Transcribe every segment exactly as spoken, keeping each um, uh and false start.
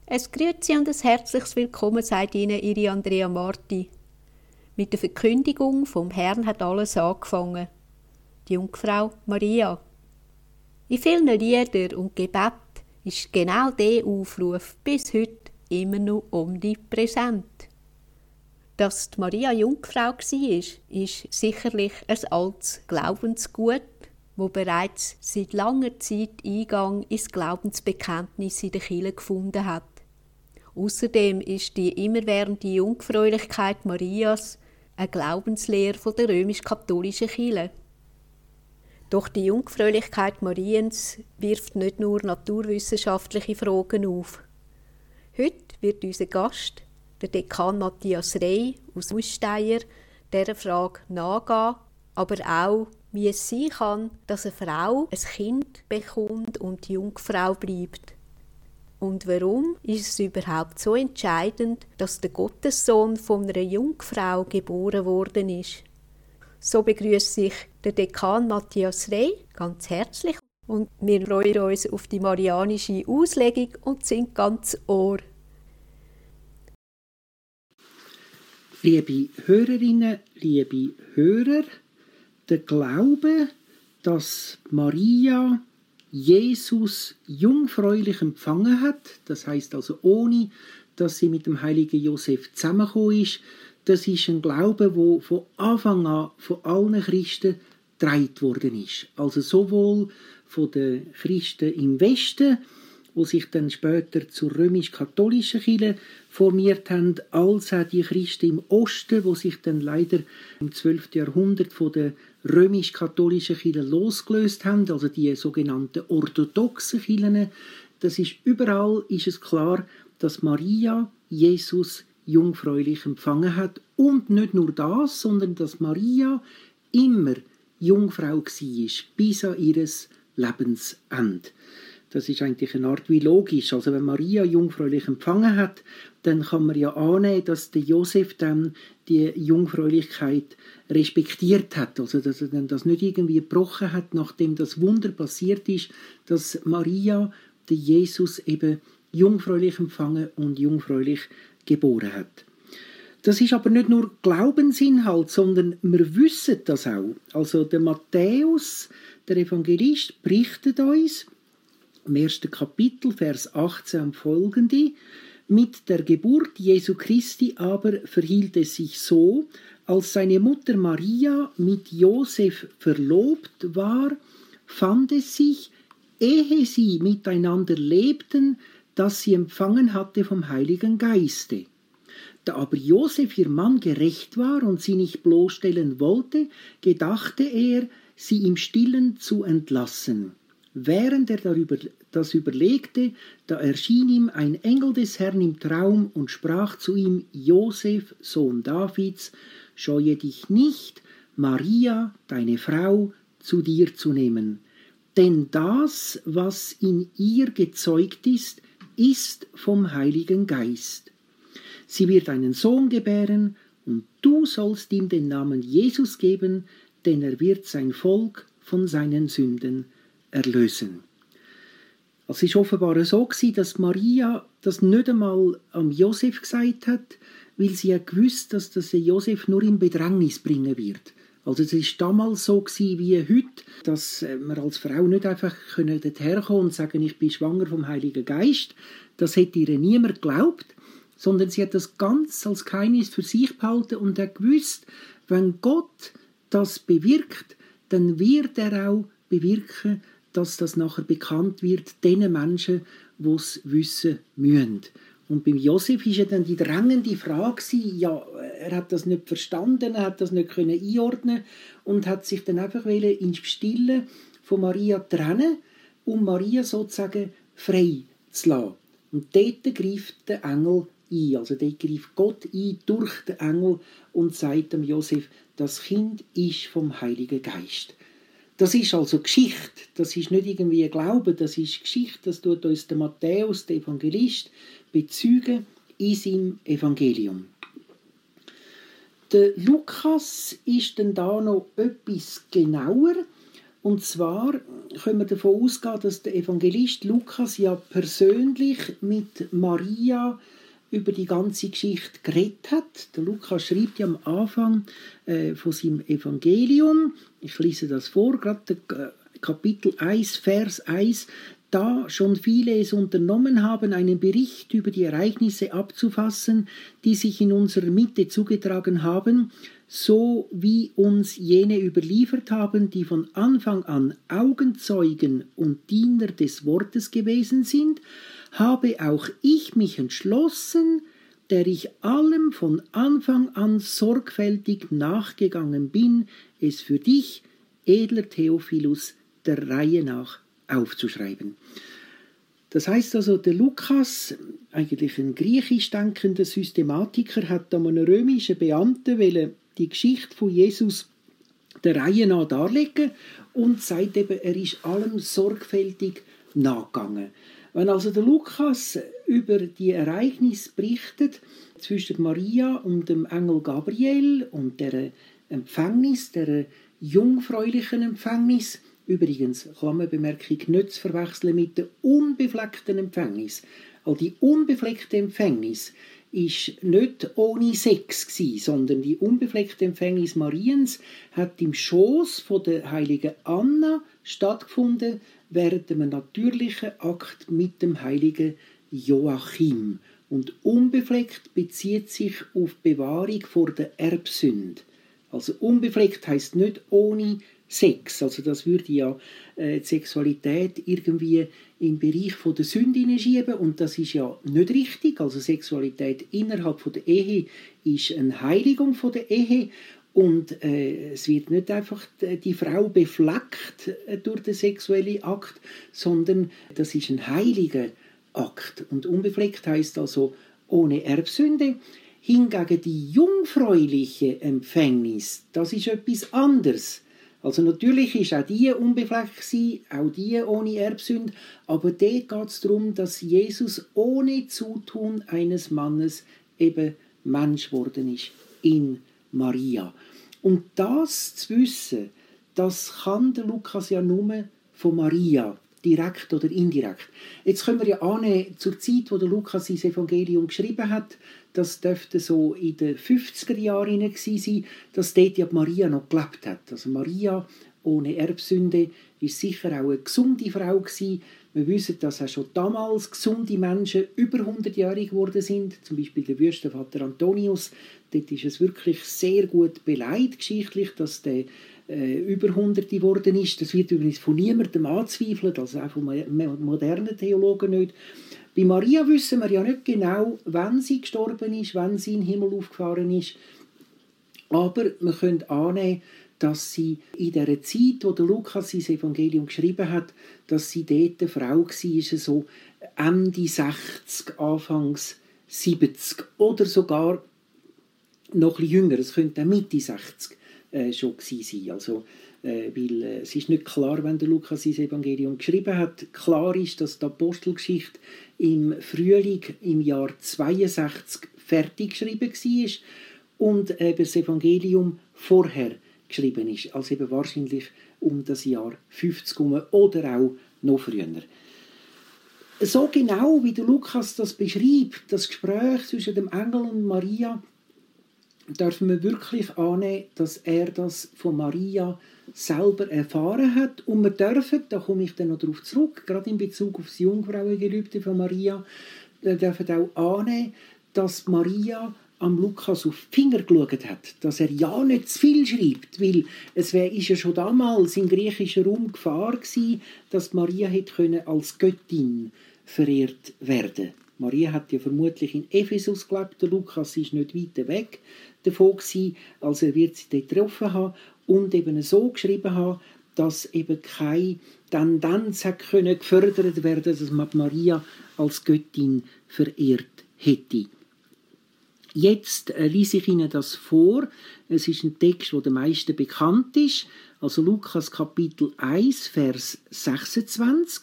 Ein Grüezi und ein herzliches Willkommen sagt Ihnen Ihre Andrea Marti. Mit der Verkündigung vom Herrn hat alles angefangen. Die Jungfrau Maria. In vielen Liedern und Gebeten ist genau dieser Aufruf bis heute immer noch omnipräsent. Dass die Maria Jungfrau war, ist sicherlich ein altes Glaubensgut, wo bereits seit langer Zeit Eingang ins Glaubensbekenntnis in der Kirche gefunden hat. Außerdem ist die immerwährende Jungfräulichkeit Marias eine Glaubenslehre von der römisch-katholischen Kirche. Doch die Jungfräulichkeit Mariens wirft nicht nur naturwissenschaftliche Fragen auf. Heute wird unser Gast, der Dekan Matthias Rey aus Usteyer, dieser Frage nachgehen, aber auch, wie es sein kann, dass eine Frau ein Kind bekommt und Jungfrau bleibt. Und warum ist es überhaupt so entscheidend, dass der Gottessohn von einer Jungfrau geboren worden ist? So begrüßt sich der Dekan Matthias Rey ganz herzlich und wir freuen uns auf die marianische Auslegung und sind ganz Ohr. Liebe Hörerinnen, liebe Hörer, der Glaube, dass Maria Jesus jungfräulich empfangen hat, das heißt also ohne, dass sie mit dem heiligen Josef zusammengekommen ist, das ist ein Glaube, der von Anfang an von allen Christen getragen worden ist. Also sowohl von den Christen im Westen, die sich dann später zur römisch-katholischen Kirche formiert haben, als auch die Christen im Osten, die sich dann leider im zwölften Jahrhundert von der römisch-katholischen Kirche losgelöst haben, also die sogenannten orthodoxen Kirchen. Das ist, überall ist es klar, dass Maria Jesus jungfräulich empfangen hat. Und nicht nur das, sondern dass Maria immer Jungfrau war, bis an ihr Lebensende. Das ist eigentlich eine Art wie logisch. Also wenn Maria jungfräulich empfangen hat, dann kann man ja annehmen, dass der Josef dann die Jungfräulichkeit respektiert hat. Also dass er dann das nicht irgendwie gebrochen hat, nachdem das Wunder passiert ist, dass Maria den Jesus eben jungfräulich empfangen und jungfräulich geboren hat. Das ist aber nicht nur Glaubensinhalt, sondern wir wissen das auch. Also der Matthäus, der Evangelist, berichtet uns, im ersten Kapitel, Vers achtzehn und folgende: Mit der Geburt Jesu Christi aber verhielt es sich so, als seine Mutter Maria mit Josef verlobt war, fand es sich, ehe sie miteinander lebten, dass sie empfangen hatte vom Heiligen Geiste. Da aber Josef ihr Mann gerecht war und sie nicht bloßstellen wollte, gedachte er, sie im Stillen zu entlassen. Während er darüber das überlegte, da erschien ihm ein Engel des Herrn im Traum und sprach zu ihm: Josef, Sohn Davids, scheue dich nicht, Maria, deine Frau, zu dir zu nehmen. Denn das, was in ihr gezeugt ist, ist vom Heiligen Geist. Sie wird einen Sohn gebären, und du sollst ihm den Namen Jesus geben, denn er wird sein Volk von seinen Sünden erlösen. Es war offenbar so, dass Maria das nicht einmal am Josef gesagt hat, weil sie ja gewusst, dass das Josef nur in Bedrängnis bringen wird. Also es war damals so wie heute, dass man als Frau nicht einfach dorthin kommen und sagen, ich bin schwanger vom Heiligen Geist. Das hätte ihr niemand geglaubt, sondern sie hat das ganz als Geheimnis für sich behalten und hat gewusst, wenn Gott das bewirkt, dann wird er auch bewirken, dass das nachher bekannt wird, den Menschen, die es wissen müssen. Und beim Josef war ja dann die drängende Frage, ja, er hat das nicht verstanden, er hat das nicht können einordnen und hat sich dann einfach im Stillen von Maria trennen, um Maria sozusagen frei zu lassen. Und dort greift der Engel ein, also dort greift Gott ein durch den Engel und sagt dem Josef, das Kind ist vom Heiligen Geist. Das ist also Geschichte, das ist nicht irgendwie Glaube, das ist Geschichte, das tut uns der Matthäus, der Evangelist, bezeugen in seinem Evangelium. Der Lukas ist dann da noch etwas genauer Und zwar können wir davon ausgehen, dass der Evangelist Lukas ja persönlich mit Maria über die ganze Geschichte geredet hat. Der Lukas schreibt ja am Anfang äh, von seinem Evangelium, ich lese das vor, gerade der, äh, Kapitel eins, Vers eins, da schon viele es unternommen haben, einen Bericht über die Ereignisse abzufassen, die sich in unserer Mitte zugetragen haben, so wie uns jene überliefert haben, die von Anfang an Augenzeugen und Diener des Wortes gewesen sind, habe auch ich mich entschlossen, der ich allem von Anfang an sorgfältig nachgegangen bin, es für dich, edler Theophilus, der Reihe nach aufzuschreiben. Das heißt also, der Lukas, eigentlich ein griechisch denkender Systematiker, hat da einem römischen Beamten wollen die Geschichte von Jesus der Reihe nach darlegen und sagt eben, er ist allem sorgfältig nachgegangen. Wenn also der Lukas über die Ereignisse berichtet zwischen Maria und dem Engel Gabriel und der Empfängnis, der jungfräulichen Empfängnis, übrigens, Klammerbemerkung, nicht zu verwechseln mit der unbefleckten Empfängnis. Also die unbefleckte Empfängnis ist nicht ohne Sex gewesen, sondern die unbefleckte Empfängnis Mariens hat im Schoß von der heiligen Anna stattgefunden, während einem natürlichen Akt mit dem heiligen Joachim. Und unbefleckt bezieht sich auf Bewahrung vor der Erbsünde. Also unbefleckt heisst nicht ohne Sex. Also das würde ja äh, die Sexualität irgendwie im Bereich von der Sünde hineinschieben und das ist ja nicht richtig. Also Sexualität innerhalb von der Ehe ist eine Heiligung von der Ehe und äh, es wird nicht einfach die Frau befleckt äh, durch den sexuellen Akt, sondern das ist ein heiliger Akt. Und unbefleckt heisst also ohne Erbsünde. Hingegen die jungfräuliche Empfängnis, das ist etwas anderes. Also natürlich ist auch die unbefleckt gewesen, auch die ohne Erbsünde, aber dort geht es darum, dass Jesus ohne Zutun eines Mannes eben Mensch geworden ist in Maria. Und das zu wissen, das kann der Lukas ja nur von Maria, direkt oder indirekt. Jetzt können wir ja annehmen, zur Zeit, wo der Lukas sein Evangelium geschrieben hat, das dürfte so in den fünfziger Jahren gewesen sein, dass dort ja Maria noch gelebt hat. Also Maria ohne Erbsünde war sicher auch eine gesunde Frau gewesen. Wir wissen, dass auch schon damals gesunde Menschen über hundertjährig geworden sind. Zum Beispiel der Wüstenvater Antonius. Dort ist es wirklich sehr gut beleidigt geschichtlich, dass der äh, über hundert geworden ist. Das wird übrigens von niemandem anzweifelt, also auch von modernen Theologen nicht. Bei Maria wissen wir ja nicht genau, wann sie gestorben ist, wann sie in den Himmel aufgefahren ist. Aber wir können annehmen, dass sie in der Zeit, wo der Lukas sein Evangelium geschrieben hat, dass sie dort eine Frau war, so Ende sechzig, Anfangs siebzig oder sogar noch etwas jünger. Es könnte auch Mitte sechzig äh, schon gewesen sein. Also, äh, weil äh, es ist nicht klar, wenn der Lukas sein Evangelium geschrieben hat. Klar ist, dass die Apostelgeschichte im Frühling im Jahr zweiundsechzig fertig geschrieben war und äh, das Evangelium vorher geschrieben ist, also eben wahrscheinlich um das Jahr fünfzig herum oder auch noch früher. So genau wie der Lukas das beschreibt, das Gespräch zwischen dem Engel und Maria, dürfen wir wirklich annehmen, dass er das von Maria selber erfahren hat. Und wir dürfen, da komme ich dann noch darauf zurück, gerade in Bezug auf das Jungfrauengelübde von Maria, wir dürfen auch annehmen, dass Maria am Lukas auf die Finger geschaut hat, dass er ja nicht zu viel schreibt, weil es wär, ist ja schon damals im griechischen Raum Gefahr gewesen, dass Maria hätte als Göttin verehrt werden. Maria hat ja vermutlich in Ephesus gelebt, der Lukas ist nicht weit weg davon gewesen, also er wird sie dort getroffen haben und eben so geschrieben haben, dass eben keine Tendenz hat können gefördert werden, dass man Maria als Göttin verehrt hätte. Jetzt äh, lese ich Ihnen das vor. Es ist ein Text, der den meisten bekannt ist. Also Lukas Kapitel eins, Vers sechsundzwanzig.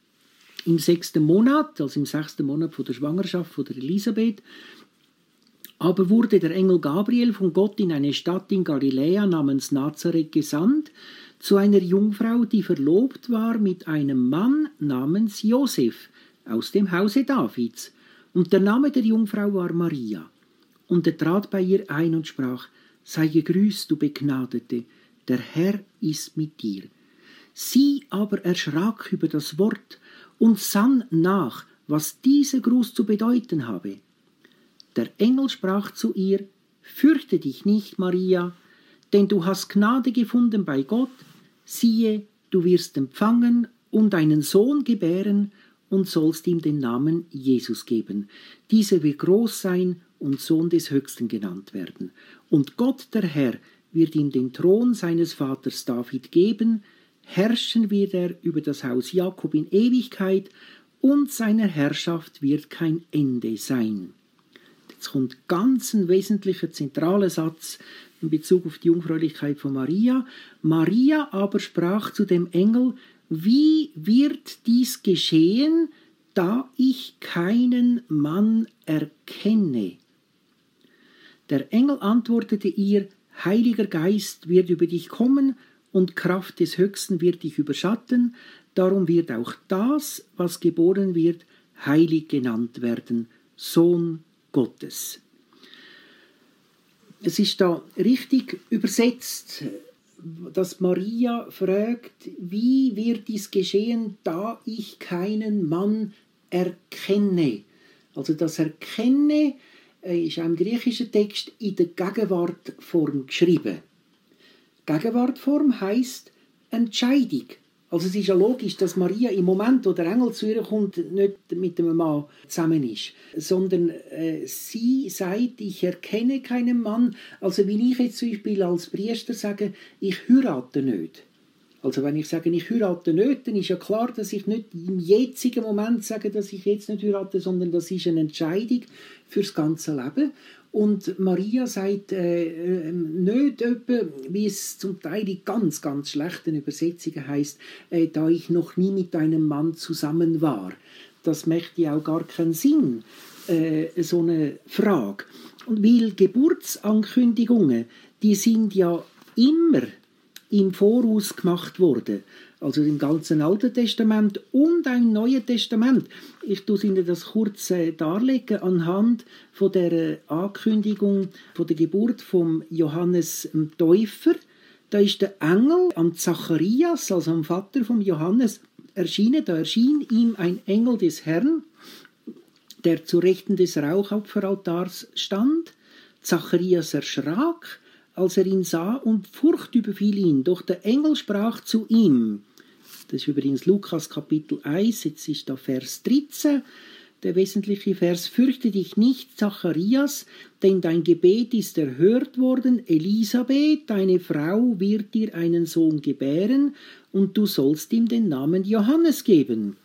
Im sechsten Monat, also im sechsten Monat von der Schwangerschaft von der Elisabeth, Aber wurde der Engel Gabriel von Gott in eine Stadt in Galiläa namens Nazareth gesandt, zu einer Jungfrau, die verlobt war mit einem Mann namens Josef aus dem Hause Davids. Und der Name der Jungfrau war Maria. Und er trat bei ihr ein und sprach: Sei gegrüßt, du Begnadete, der Herr ist mit dir. Sie aber erschrak über das Wort und sann nach, was dieser Gruß zu bedeuten habe. Der Engel sprach zu ihr: Fürchte dich nicht, Maria, denn du hast Gnade gefunden bei Gott. Siehe, du wirst empfangen und einen Sohn gebären und sollst ihm den Namen Jesus geben. Dieser wird groß sein und Sohn des Höchsten genannt werden. Und Gott, der Herr, wird ihm den Thron seines Vaters David geben. Herrschen wird er über das Haus Jakob in Ewigkeit, und seiner Herrschaft wird kein Ende sein. Jetzt kommt ganz ein wesentlicher, zentraler Satz in Bezug auf die Jungfräulichkeit von Maria. Maria aber sprach zu dem Engel: Wie wird dies geschehen, da ich keinen Mann erkenne? Der Engel antwortete ihr: Heiliger Geist wird über dich kommen und Kraft des Höchsten wird dich überschatten. Darum wird auch das, was geboren wird, heilig genannt werden, Sohn Gottes. Es ist da richtig übersetzt, dass Maria fragt: Wie wird dies geschehen, da ich keinen Mann erkenne? Also das Erkenne ist auch im griechischen Text in der Gegenwartform geschrieben. Gegenwartform heisst Entscheidung. Also es ist ja logisch, dass Maria im Moment, wo der Engel zu ihr kommt, nicht mit einem Mann zusammen ist, sondern äh, sie sagt: Ich erkenne keinen Mann. Also wie ich jetzt zum Beispiel als Priester sage, ich heirate nicht. Also wenn ich sage, ich heirate nicht, dann ist ja klar, dass ich nicht im jetzigen Moment sage, dass ich jetzt nicht heirate, sondern das ist eine Entscheidung fürs ganze Leben. Und Maria sagt äh, nicht etwa, wie es zum Teil in ganz, ganz schlechten Übersetzungen heisst, äh, da ich noch nie mit einem Mann zusammen war. Das möchte ja auch gar keinen Sinn, äh, so eine Frage. Und weil Geburtsankündigungen, die sind ja immer im Voraus gemacht worden. Also im ganzen Alten Testament und auch im Neuen Testament. Ich tue Ihnen das kurz äh, darlegen anhand von der Ankündigung von der Geburt von Johannes dem Täufer. Da ist der Engel am Zacharias, also am Vater von Johannes, erschienen. Da erschien ihm ein Engel des Herrn, der zu Rechten des Rauchopferaltars stand. Zacharias erschrak, als er ihn sah, und Furcht überfiel ihn. Doch der Engel sprach zu ihm. Das ist übrigens Lukas Kapitel eins, jetzt ist da Vers dreizehn, der wesentliche Vers: Fürchte dich nicht, Zacharias, denn dein Gebet ist erhört worden. Elisabeth, deine Frau, wird dir einen Sohn gebären, und du sollst ihm den Namen Johannes geben.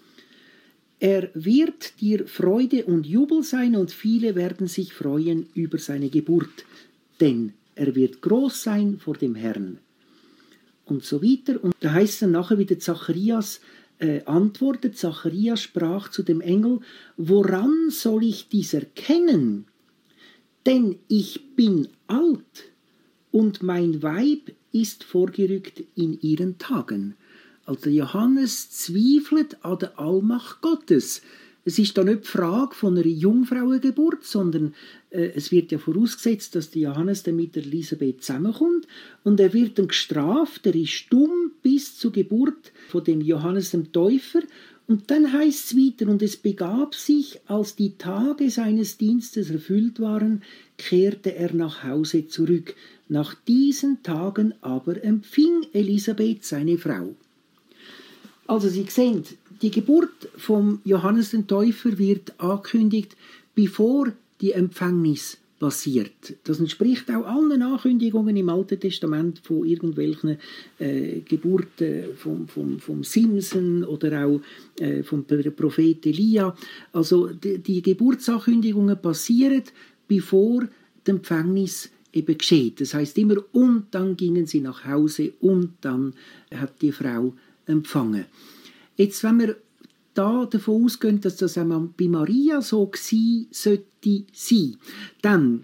Er wird dir Freude und Jubel sein, und viele werden sich freuen über seine Geburt, denn er wird groß sein vor dem Herrn. Und so weiter. Und da heißt es dann nachher wieder, Zacharias äh, antwortet, Zacharias sprach zu dem Engel: Woran soll ich dies erkennen? Denn ich bin alt und mein Weib ist vorgerückt in ihren Tagen. Also Johannes zweifelt an der Allmacht Gottes. Es ist da nicht die Frage von einer Jungfrauengeburt, sondern äh, es wird ja vorausgesetzt, dass der Johannes dann mit der Elisabeth zusammenkommt, und er wird dann gestraft, er ist stumm bis zur Geburt von dem Johannes dem Täufer. Und dann heißt es weiter: Und es begab sich, als die Tage seines Dienstes erfüllt waren, kehrte er nach Hause zurück. Nach diesen Tagen aber empfing Elisabeth seine Frau. Also Sie sehen, die Geburt von Johannes den Täufer wird angekündigt, bevor die Empfängnis passiert. Das entspricht auch allen Ankündigungen im Alten Testament von irgendwelchen äh, Geburten vom, vom, vom Simson oder auch äh, vom Prophet Elia. Also die, die Geburtsankündigungen passieren, bevor die Empfängnis eben geschieht. Das heißt immer, und dann gingen sie nach Hause und dann hat die Frau empfangen. Jetzt, wenn wir da davon ausgehen, dass das einmal bei Maria so gewesen sollte sein, dann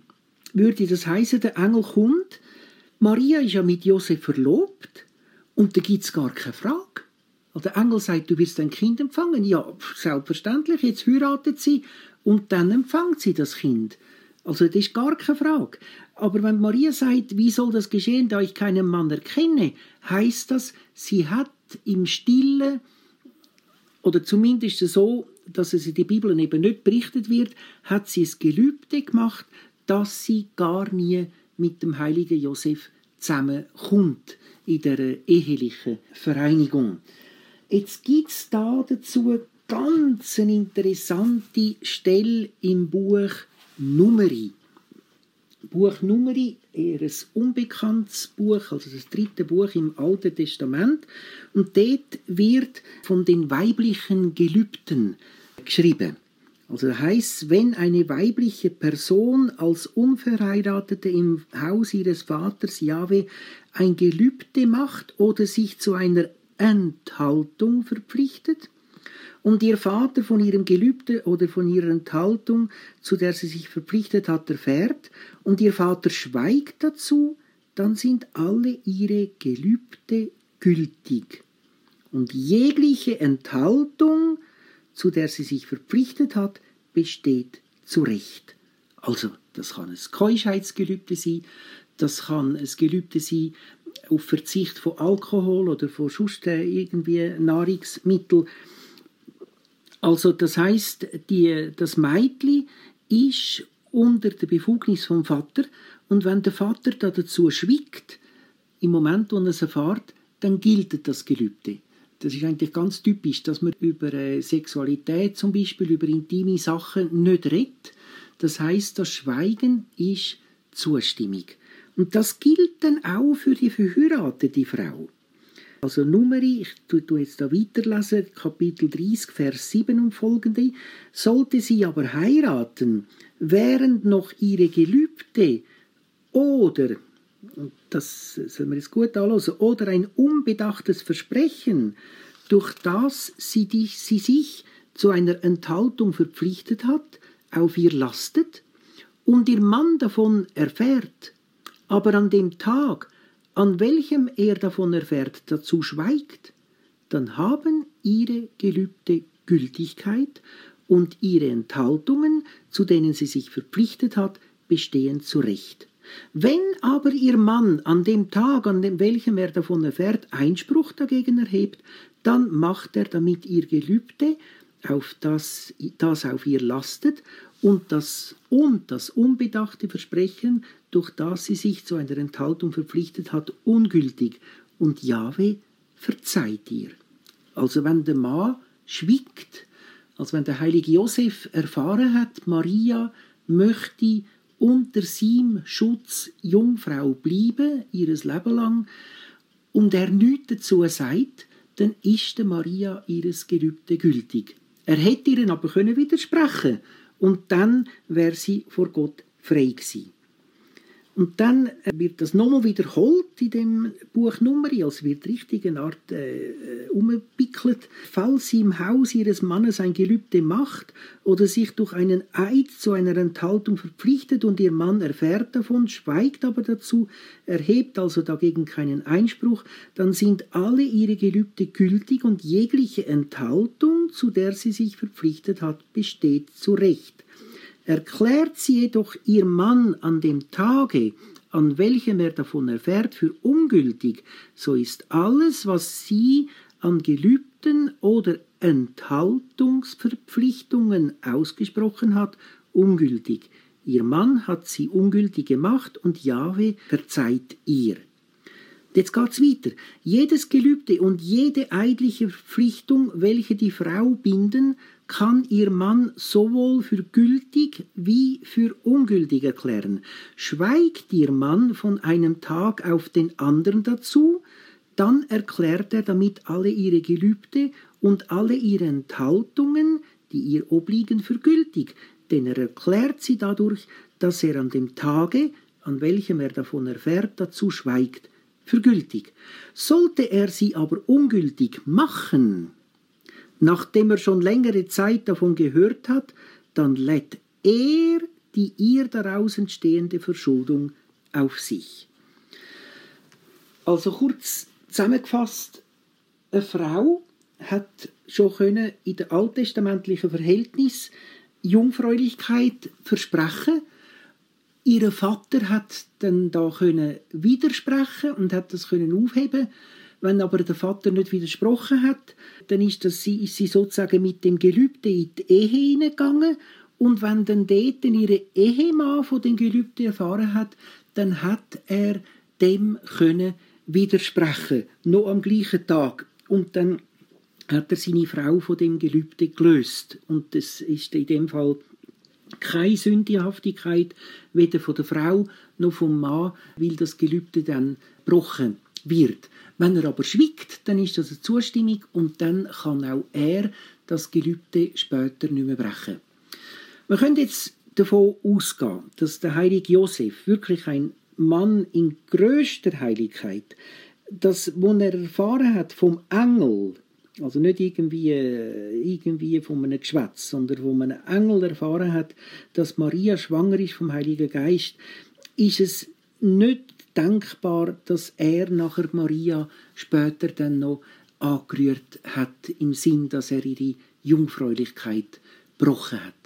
würde das heißen, der Engel kommt, Maria ist ja mit Josef verlobt und da gibt es gar keine Frage. Der Engel sagt, du wirst ein Kind empfangen. Ja, selbstverständlich, jetzt heiratet sie und dann empfängt sie das Kind. Also das ist gar keine Frage. Aber wenn Maria sagt, wie soll das geschehen, da ich keinen Mann erkenne, heißt das, sie hat im Stillen, oder zumindest so, dass es in der Bibel eben nicht berichtet wird, hat sie es Gelübde gemacht, dass sie gar nie mit dem heiligen Josef zusammenkommt in der ehelichen Vereinigung. Jetzt gibt es da dazu ganz eine interessante Stelle im Buch Numeri. Buch Numeri, eher ein unbekanntes Buch, also das dritte Buch im Alten Testament. Und dort wird von den weiblichen Gelübden geschrieben. Also das heisst, wenn eine weibliche Person als Unverheiratete im Haus ihres Vaters Jahwe ein Gelübde macht oder sich zu einer Enthaltung verpflichtet und ihr Vater von ihrem Gelübde oder von ihrer Enthaltung, zu der sie sich verpflichtet hat, erfährt und ihr Vater schweigt dazu, dann sind alle ihre Gelübde gültig. Und jegliche Enthaltung, zu der sie sich verpflichtet hat, besteht zu Recht. Also, das kann ein Keuschheitsgelübde sein, das kann ein Gelübde sein auf Verzicht von Alkohol oder von sonst irgendwie Nahrungsmittel. Also, das heisst, die, das Mädchen ist unter der Befugnis vom Vater und wenn der Vater da dazu schweigt, im Moment, wo er es erfährt, dann gilt das Gelübde. Das ist eigentlich ganz typisch, dass man über äh, Sexualität zum Beispiel, über intime Sachen nicht redet. Das heisst, das Schweigen ist Zustimmung. Und das gilt dann auch für die verheiratete Frau. Also Numeri, ich tue jetzt da weiterlesen, Kapitel dreißig, Vers sieben und folgende. Sollte sie aber heiraten, während noch ihre Gelübde oder, das sollen wir jetzt gut anhören, oder ein unbedachtes Versprechen, durch das sie, die, sie sich zu einer Enthaltung verpflichtet hat, auf ihr lastet und ihr Mann davon erfährt, aber an dem Tag, an welchem er davon erfährt, dazu schweigt, dann haben ihre Gelübde Gültigkeit und ihre Enthaltungen, zu denen sie sich verpflichtet hat, bestehen zu Recht. Wenn aber ihr Mann an dem Tag, an dem welchem er davon erfährt, Einspruch dagegen erhebt, dann macht er damit ihr Gelübde, auf das, das auf ihr lastet, und das, und das unbedachte Versprechen, durch das sie sich zu einer Enthaltung verpflichtet hat, ungültig. Und Jahwe verzeiht ihr. Also wenn der Mann schwiegt, als wenn der heilige Josef erfahren hat, Maria möchte unter seinem Schutz Jungfrau bleiben, ihres Leben lang, und er nichts dazu sagt, dann ist der Maria ihres Gelübde gültig. Er hätte ihr aber können widersprechen und dann wäre sie vor Gott frei gewesen. Und dann wird das nochmal wiederholt in dem Buch Numeri, als wird richtig eine Art äh, umgewickelt. Falls sie im Haus ihres Mannes ein Gelübde macht oder sich durch einen Eid zu einer Enthaltung verpflichtet und ihr Mann erfährt davon, schweigt aber dazu, erhebt also dagegen keinen Einspruch, dann sind alle ihre Gelübde gültig und jegliche Enthaltung, zu der sie sich verpflichtet hat, besteht zu Recht. Erklärt sie jedoch ihr Mann an dem Tage, an welchem er davon erfährt, für ungültig, so ist alles, was sie an Gelübden oder Enthaltungsverpflichtungen ausgesprochen hat, ungültig. Ihr Mann hat sie ungültig gemacht und Jahwe verzeiht ihr. Jetzt geht's weiter. Jedes Gelübde und jede eidliche Verpflichtung, welche die Frau binden, kann ihr Mann sowohl für gültig wie für ungültig erklären. Schweigt ihr Mann von einem Tag auf den anderen dazu, dann erklärt er damit alle ihre Gelübde und alle ihre Enthaltungen, die ihr obliegen, für gültig, denn er erklärt sie dadurch, dass er an dem Tage, an welchem er davon erfährt, dazu schweigt, für gültig. Sollte er sie aber ungültig machen, nachdem er schon längere Zeit davon gehört hat, dann lädt er die ihr daraus entstehende Verschuldung auf sich. Also kurz zusammengefasst, eine Frau hat schon können in den alttestamentlichen Verhältnissen Jungfräulichkeit versprechen. Ihr Vater hat dann da können widersprechen und hat das können aufheben. Wenn aber der Vater nicht widersprochen hat, dann ist, das, ist sie sozusagen mit dem Gelübde in die Ehe hineingegangen. Und wenn dann dort ihre Ehemann von den Gelübden erfahren hat, dann hat er dem können widersprechen, noch am gleichen Tag. Und dann hat er seine Frau von dem Gelübde gelöst. Und das ist in dem Fall keine Sündhaftigkeit, weder von der Frau noch vom Mann, weil das Gelübde dann gebrochen wird. Wenn er aber schweigt, dann ist das eine Zustimmung und dann kann auch er das Gelübde später nicht mehr brechen. Wir können jetzt davon ausgehen, dass der heilige Josef wirklich ein Mann in grösster Heiligkeit, das, was er erfahren hat vom Engel, also nicht irgendwie, irgendwie von einem Geschwätz, sondern von einem Engel erfahren hat, dass Maria schwanger ist vom Heiligen Geist, ist es nicht denkbar, dass er nachher Maria später dann noch angerührt hat, im Sinn, dass er ihre Jungfräulichkeit gebrochen hat.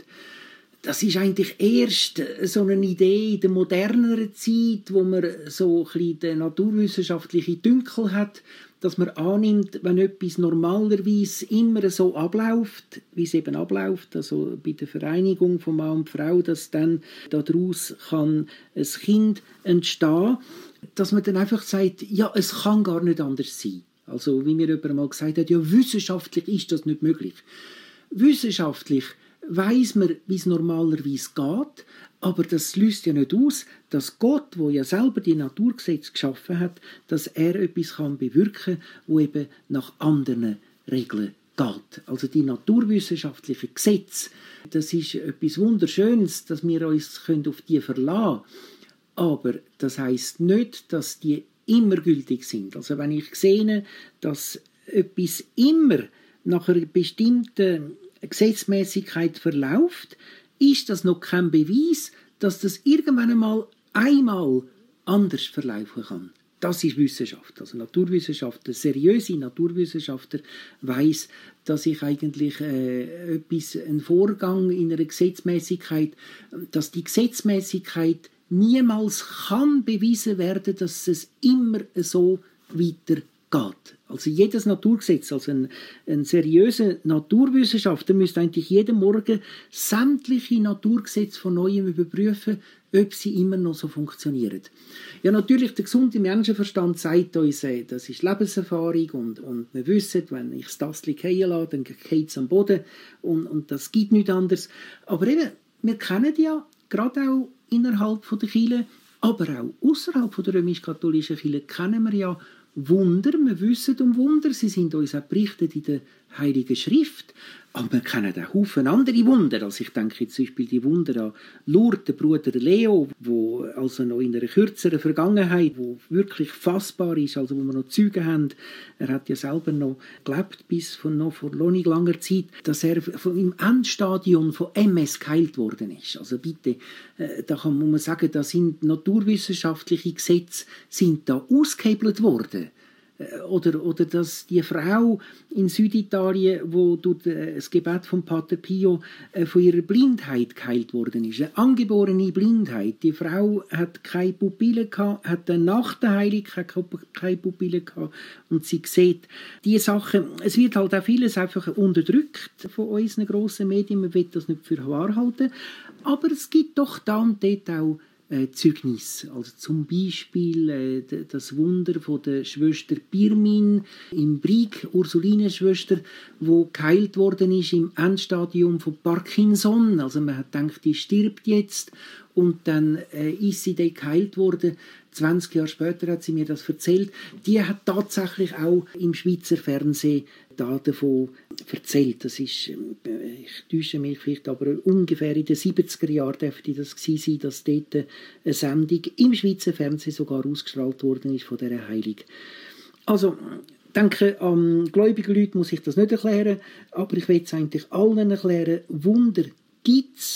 Das ist eigentlich erst so eine Idee in der moderneren Zeit, wo man so ein bisschen den naturwissenschaftlichen Dünkel hat, dass man annimmt, wenn etwas normalerweise immer so abläuft, wie es eben abläuft, also bei der Vereinigung von Mann und Frau, dass dann daraus kann ein Kind entstehen, dass man dann einfach sagt, ja, es kann gar nicht anders sein. Also wie mir jemand mal gesagt hat, ja, wissenschaftlich ist das nicht möglich. Wissenschaftlich weiss man, wie es normalerweise geht, aber das schließt ja nicht aus, dass Gott, wo ja selber die Naturgesetze geschaffen hat, dass er etwas kann bewirken kann, wo eben nach anderen Regeln geht. Also die naturwissenschaftlichen Gesetze, das ist etwas Wunderschönes, dass wir uns auf die verlassen können. Aber das heisst nicht, dass die immer gültig sind. Also wenn ich sehe, dass etwas immer nach einer bestimmten Gesetzmäßigkeit verläuft, ist das noch kein Beweis, dass das irgendwann einmal einmal anders verlaufen kann. Das ist Wissenschaft. Also Naturwissenschaftler, seriöse Naturwissenschaftler weiss, dass ich eigentlich äh, etwas, ein Vorgang in einer Gesetzmäßigkeit, dass die Gesetzmäßigkeit niemals kann bewiesen werden, dass es immer so weitergeht. Also jedes Naturgesetz, also ein, ein seriöser Naturwissenschaftler müsste eigentlich jeden Morgen sämtliche Naturgesetze von Neuem überprüfen, ob sie immer noch so funktionieren. Ja, natürlich, der gesunde Menschenverstand sagt uns, das ist Lebenserfahrung und, und wir wissen, wenn ich das Tassel fallen lasse, dann geht es am Boden und, und das gibt nichts anderes. Aber eben, wir kennen ja, gerade auch innerhalb der Kirche, aber auch außerhalb der römisch-katholischen Kirche, kennen wir ja Wunder, wir wissen um Wunder, sie sind uns auch berichtet in der Heiligen Schrift, aber wir kennen auch Haufen andere Wunder. Also ich denke zum Beispiel die Wunder an Lourdes, der Bruder Leo, wo also noch in einer kürzeren Vergangenheit, wo wirklich fassbar ist, also wo wir noch Zeugen haben. Er hat ja selber noch gelebt bis von noch vor noch nicht langer Zeit, dass er im Endstadium von M S geheilt worden ist. Also bitte, da kann man sagen, da sind naturwissenschaftliche Gesetze sind da ausgehebelt worden. Oder, oder dass die Frau in Süditalien, wo durch das Gebet von Pater Pio von ihrer Blindheit geheilt worden ist, eine angeborene Blindheit. Die Frau hat keine Pupille gehabt, hat dann nach der Heilung keine Pupille gehabt und sie sieht die Sachen. Es wird halt auch vieles einfach unterdrückt von unseren grossen Medien, man will das nicht für wahr halten, aber es gibt doch da und dort auch Zeugnis. Also zum Beispiel äh, das Wunder von der Schwester Pirmin im Brig, Ursulinenschwester, wo geheilt worden ist im Endstadium von Parkinson. Also man hat gedacht, die stirbt jetzt und dann äh, ist sie dort geheilt worden. zwanzig Jahre später hat sie mir das erzählt. Die hat tatsächlich auch im Schweizer Fernsehen da davon erzählt. Das ist, ich täusche mich vielleicht, aber ungefähr in den siebziger Jahren dürfte das gewesen sein, dass dort eine Sendung im Schweizer Fernsehen sogar ausgestrahlt worden ist von dieser Heilung. Also, ich denke, an gläubigen Leuten muss ich das nicht erklären, aber ich will es eigentlich allen erklären. Wunder gibt es.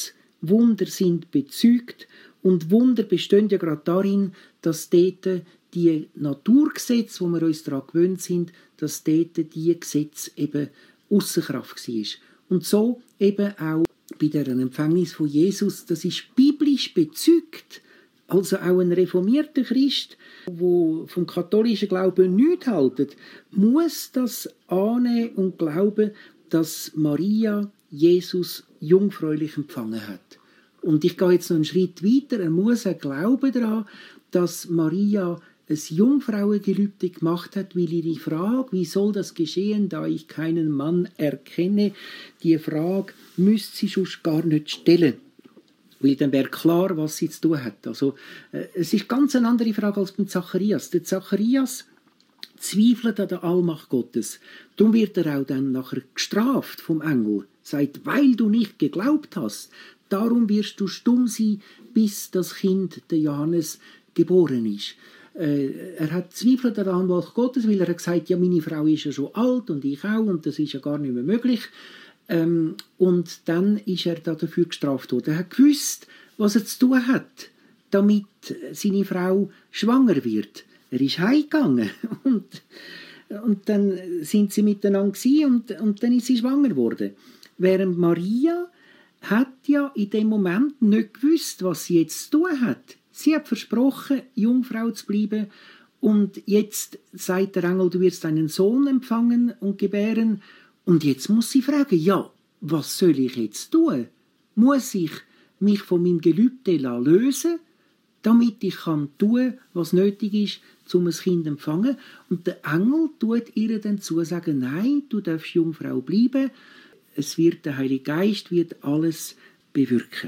Wunder sind bezeugt. Und Wunder bestehen ja gerade darin, dass dort die Naturgesetze, wo wir uns daran gewöhnt sind, dass dort die Gesetze eben ausser Kraft war. Und so eben auch bei der Empfängnis von Jesus, das ist biblisch bezeugt. Also auch ein reformierter Christ, der vom katholischen Glauben nichts hält, muss das annehmen und glauben, dass Maria Jesus jungfräulich empfangen hat. Und ich gehe jetzt noch einen Schritt weiter. Er muss auch glauben daran, dass Maria ein Jungfrauengelübde gemacht hat, weil ihre Frage, wie soll das geschehen, da ich keinen Mann erkenne, die Frage müsste sie sonst gar nicht stellen. Weil dann wäre klar, was sie zu tun hat. Also, äh, es ist ganz eine andere Frage als beim Zacharias. Der Zacharias zweifelt an der Allmacht Gottes. Darum wird er auch dann nachher gestraft vom Engel. Sagt, weil du nicht geglaubt hast, darum wirst du stumm sein, bis das Kind, der Johannes, geboren ist. Äh, er hat zweifelt an der Allmacht Gottes, weil er hat gesagt, ja, meine Frau ist ja schon alt und ich auch und das ist ja gar nicht mehr möglich. Ähm, und dann ist er da dafür gestraft worden. Er hat gewusst, was er zu tun hat, damit seine Frau schwanger wird. Er ist heimgegangen und, und dann sind sie miteinander gewesen und, und dann ist sie schwanger geworden. Während Maria hat ja in dem Moment nicht gewusst, was sie jetzt zu tun hat. Sie hat versprochen, Jungfrau zu bleiben und jetzt sagt der Engel, du wirst einen Sohn empfangen und gebären. Und jetzt muss sie fragen, ja, was soll ich jetzt tun? Muss ich mich von meinem Gelübde lösen, damit ich kann tun, was nötig ist, um ein Kind zu empfangen? Und der Engel tut ihr dann zusagen, nein, du darfst Jungfrau bleiben. Es wird, der Heilige Geist wird alles bewirken.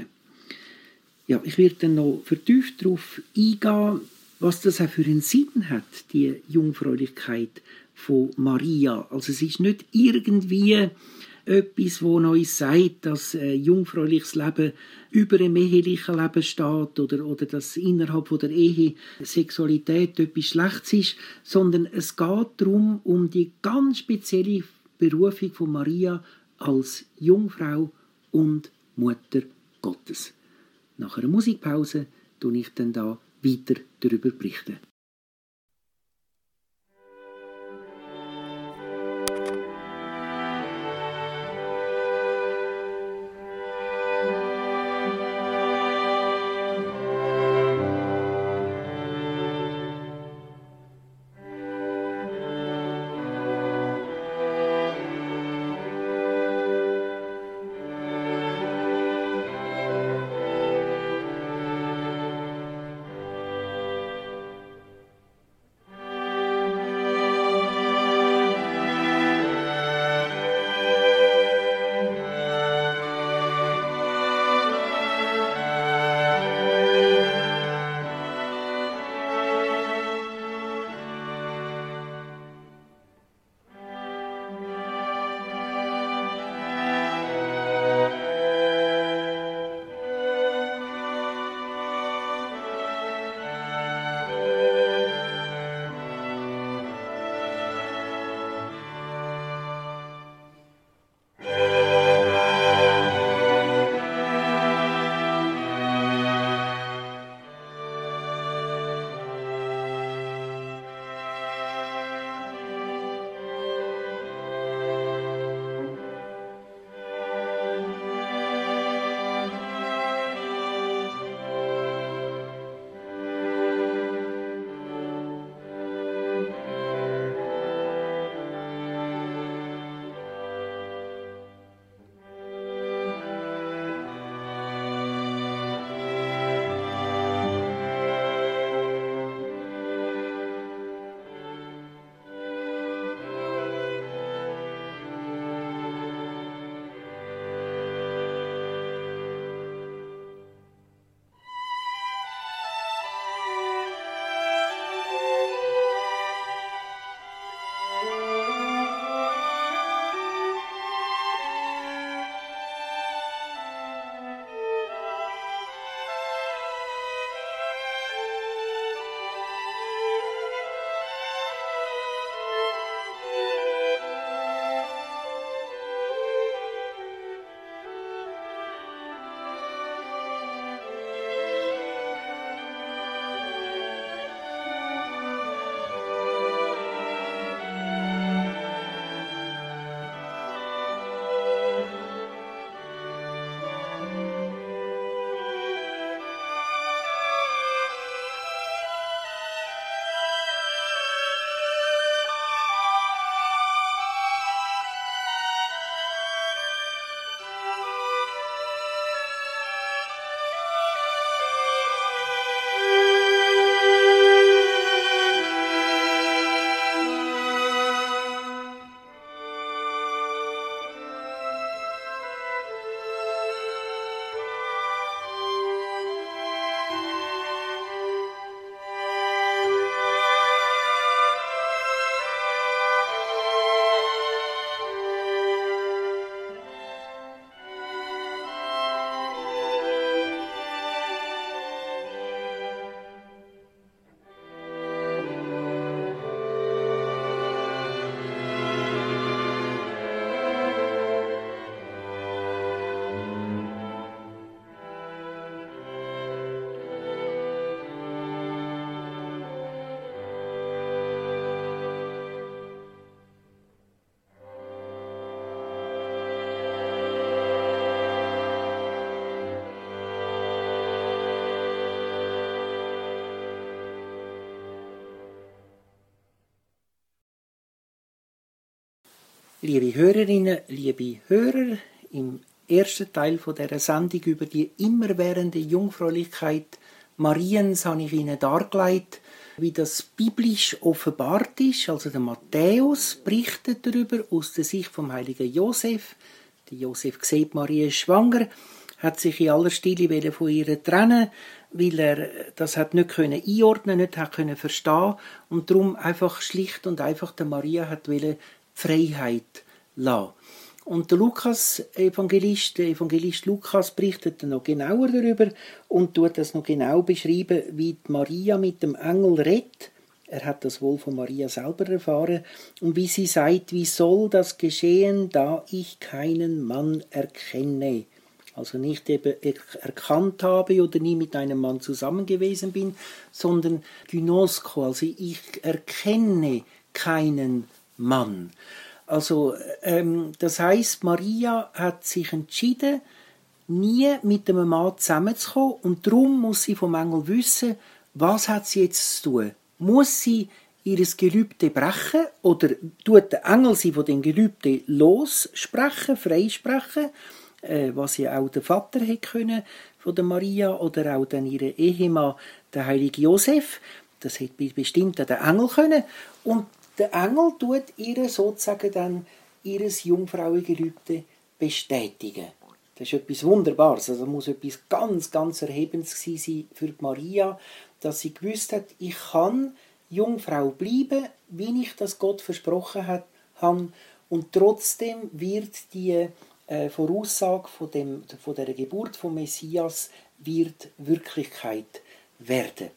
Ja, ich werde dann noch vertieft darauf eingehen, was das auch für einen Sinn hat, die Jungfräulichkeit von Maria. Also es ist nicht irgendwie etwas, wo uns sagt, dass ein jungfräuliches Leben über einem ehelichen Leben steht oder, oder dass innerhalb von der Ehe Sexualität etwas Schlechtes ist, sondern es geht darum, um die ganz spezielle Berufung von Maria als Jungfrau und Mutter Gottes. Nach einer Musikpause tue ich dann da weiter darüber berichten. Liebe Hörerinnen, liebe Hörer, im ersten Teil von dieser Sendung über die immerwährende Jungfräulichkeit Mariens habe ich Ihnen dargelegt, wie das biblisch offenbart ist. Also der Matthäus berichtet darüber aus der Sicht vom heiligen Josef. Der Josef sieht, Maria ist schwanger, hat sich in aller Stille von ihr trennen, weil er das hat nicht können einordnen, nicht hat können verstehen und darum einfach schlicht und einfach der Maria hat wollen Freiheit lassen. Und der Lukas Evangelist, der Evangelist Lukas berichtet noch genauer darüber und tut das noch genau beschreiben, wie die Maria mit dem Engel redet. Er hat das wohl von Maria selber erfahren und wie sie sagt, wie soll das geschehen, da ich keinen Mann erkenne. Also nicht eben erkannt habe oder nie mit einem Mann zusammen gewesen bin, sondern gynosko, also ich erkenne keinen Mann. Also ähm, das heißt, Maria hat sich entschieden, nie mit einem Mann zusammenzukommen und darum muss sie vom Engel wissen, was hat sie jetzt zu tun. Muss sie ihr Gelübde brechen oder tut der Engel sie von dem Gelübde lossprechen, freisprechen, äh, was ja auch der Vater hätte können von der Maria oder auch dann ihre Ehemann, der heilige Josef. Das hätte bestimmt der Engel können. Und der Engel tut ihr sozusagen dann ihres Jungfrauengelübde bestätigen. Das ist etwas Wunderbares. Also muss etwas ganz, ganz Erhebendes sein für Maria, dass sie gewusst hat, ich kann Jungfrau bleiben, wie ich das Gott versprochen habe, und trotzdem wird die äh, Voraussage von, dem, von der Geburt von Messias wird Wirklichkeit werden.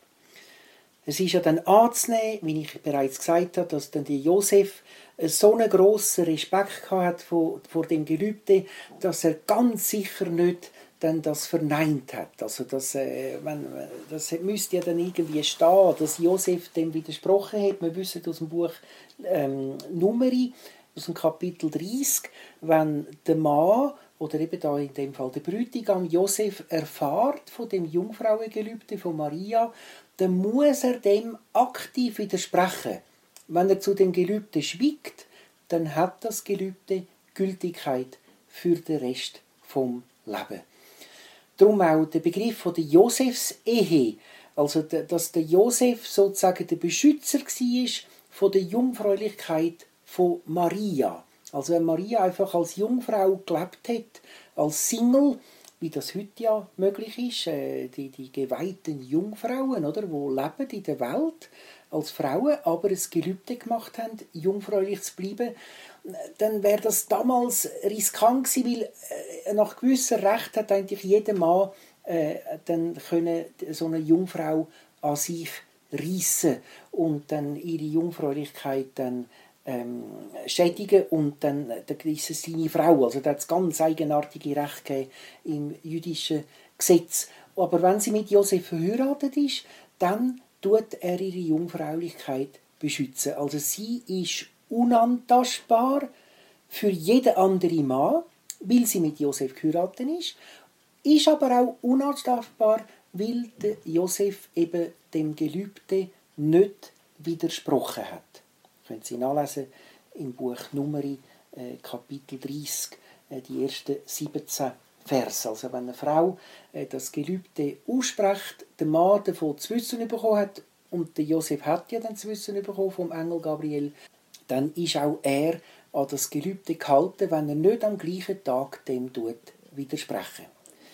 Es ist ja dann anzunehmen, wie ich bereits gesagt habe, dass dann die Josef so einen grossen Respekt hat vor, vor dem Gelübde, dass er ganz sicher nicht dann das verneint hat. Also das, äh, wenn, das müsste ja dann irgendwie stehen, dass Josef dem widersprochen hat. Wir wissen aus dem Buch ähm, Numeri, aus dem Kapitel dreißig, wenn der Mann oder eben da in dem Fall der Bräutigam Josef erfährt von dem Jungfrauengelübde von Maria, dann muss er dem aktiv widersprechen. Wenn er zu dem Gelübde schweigt, dann hat das Gelübde Gültigkeit für den Rest vom Leben. Darum auch der Begriff von der Josefsehe, also dass der Josef sozusagen der Beschützer war von der Jungfräulichkeit von Maria. Also wenn Maria einfach als Jungfrau gelebt hat, als Single, wie das heute ja möglich ist, äh, die, die geweihten Jungfrauen, oder, die leben in der Welt als Frauen, aber ein Gelübde gemacht haben, jungfräulich zu bleiben, dann wäre das damals riskant gewesen, weil äh, nach gewisser Recht hat eigentlich jeder Mann äh, dann können so eine Jungfrau an sich reissen und dann ihre Jungfräulichkeit dann ähm, schädigen und dann da ist es seine Frau. Also da hat es ganz eigenartige Rechte im jüdischen Gesetz. Aber wenn sie mit Josef verheiratet ist, dann tut er ihre Jungfräulichkeit beschützen. Also sie ist unantastbar für jeden anderen Mann, weil sie mit Josef geheiratet ist, ist aber auch unantastbar, weil der Josef eben dem Gelübde nicht widersprochen hat. Können Sie nachlesen im Buch Numeri, äh, Kapitel dreißig, äh, die ersten siebzehn Vers. Also wenn eine Frau äh, das Gelübde ausspricht, der Mann davon zu wissen bekommen hat, und der Josef hat ja dann zu wissen bekommen vom Engel Gabriel, dann ist auch er an das Gelübde gehalten, wenn er nicht am gleichen Tag dem tut, widersprechen.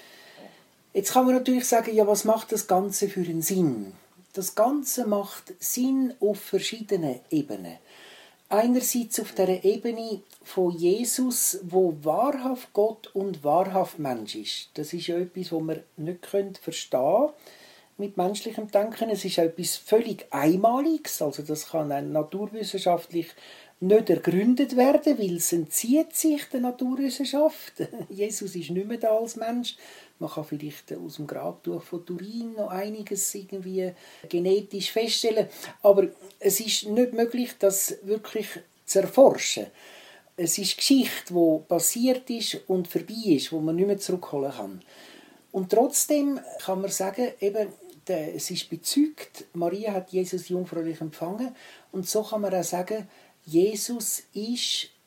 Jetzt kann man natürlich sagen, ja, was macht das Ganze für einen Sinn? Das Ganze macht Sinn auf verschiedenen Ebenen. Einerseits auf der Ebene von Jesus, wo wahrhaft Gott und wahrhaft Mensch ist. Das ist ja etwas, was wir nicht verstehen können mit menschlichem Denken. Es ist etwas völlig Einmaliges. Also das kann auch naturwissenschaftlich nicht ergründet werden, weil es entzieht sich der Naturwissenschaft. Jesus ist nicht mehr da als Mensch. Man kann vielleicht aus dem Grabtuch von Turin noch einiges irgendwie genetisch feststellen. Aber es ist nicht möglich, das wirklich zu erforschen. Es ist Geschichte, die passiert ist und vorbei ist, wo man nicht mehr zurückholen kann. Und trotzdem kann man sagen, eben, es ist bezeugt, Maria hat Jesus jungfräulich empfangen. Und so kann man auch sagen, Jesus ist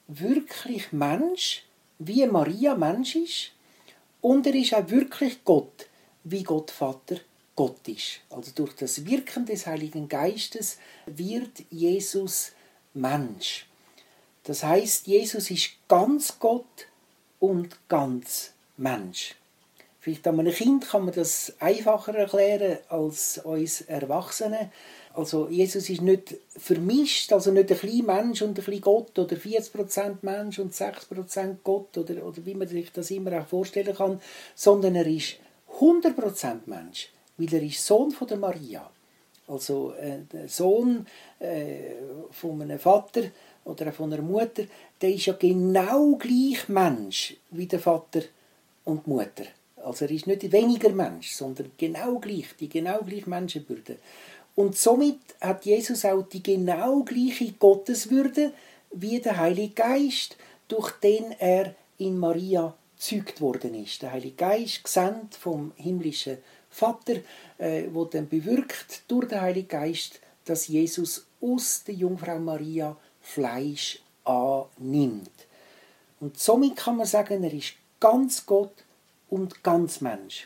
wirklich Mensch, wie Maria Mensch ist, und er ist auch wirklich Gott, wie Gott Vater Gott ist. Also durch das Wirken des Heiligen Geistes wird Jesus Mensch. Das heißt, Jesus ist ganz Gott und ganz Mensch. Vielleicht an einem Kind kann man das einfacher erklären als uns Erwachsenen. Also Jesus ist nicht vermischt, also nicht ein kleiner Mensch und ein bisschen Gott oder vierzig Prozent Mensch und sechs Prozent Gott oder, oder wie man sich das immer auch vorstellen kann, sondern er ist hundert Prozent Mensch, weil er ist Sohn von der Maria. Also äh, der Sohn äh, von einem Vater oder von einer Mutter, der ist ja genau gleich Mensch wie der Vater und die Mutter. Also er ist nicht weniger Mensch, sondern genau gleich, die genau gleiche Menschenwürde. Und somit hat Jesus auch die genau gleiche Gotteswürde wie der Heilige Geist, durch den er in Maria gezeugt worden ist. Der Heilige Geist, gesandt vom himmlischen Vater, äh, wo dann bewirkt durch den Heiligen Geist, dass Jesus aus der Jungfrau Maria Fleisch annimmt. Und somit kann man sagen, er ist ganz Gott und ganz Mensch.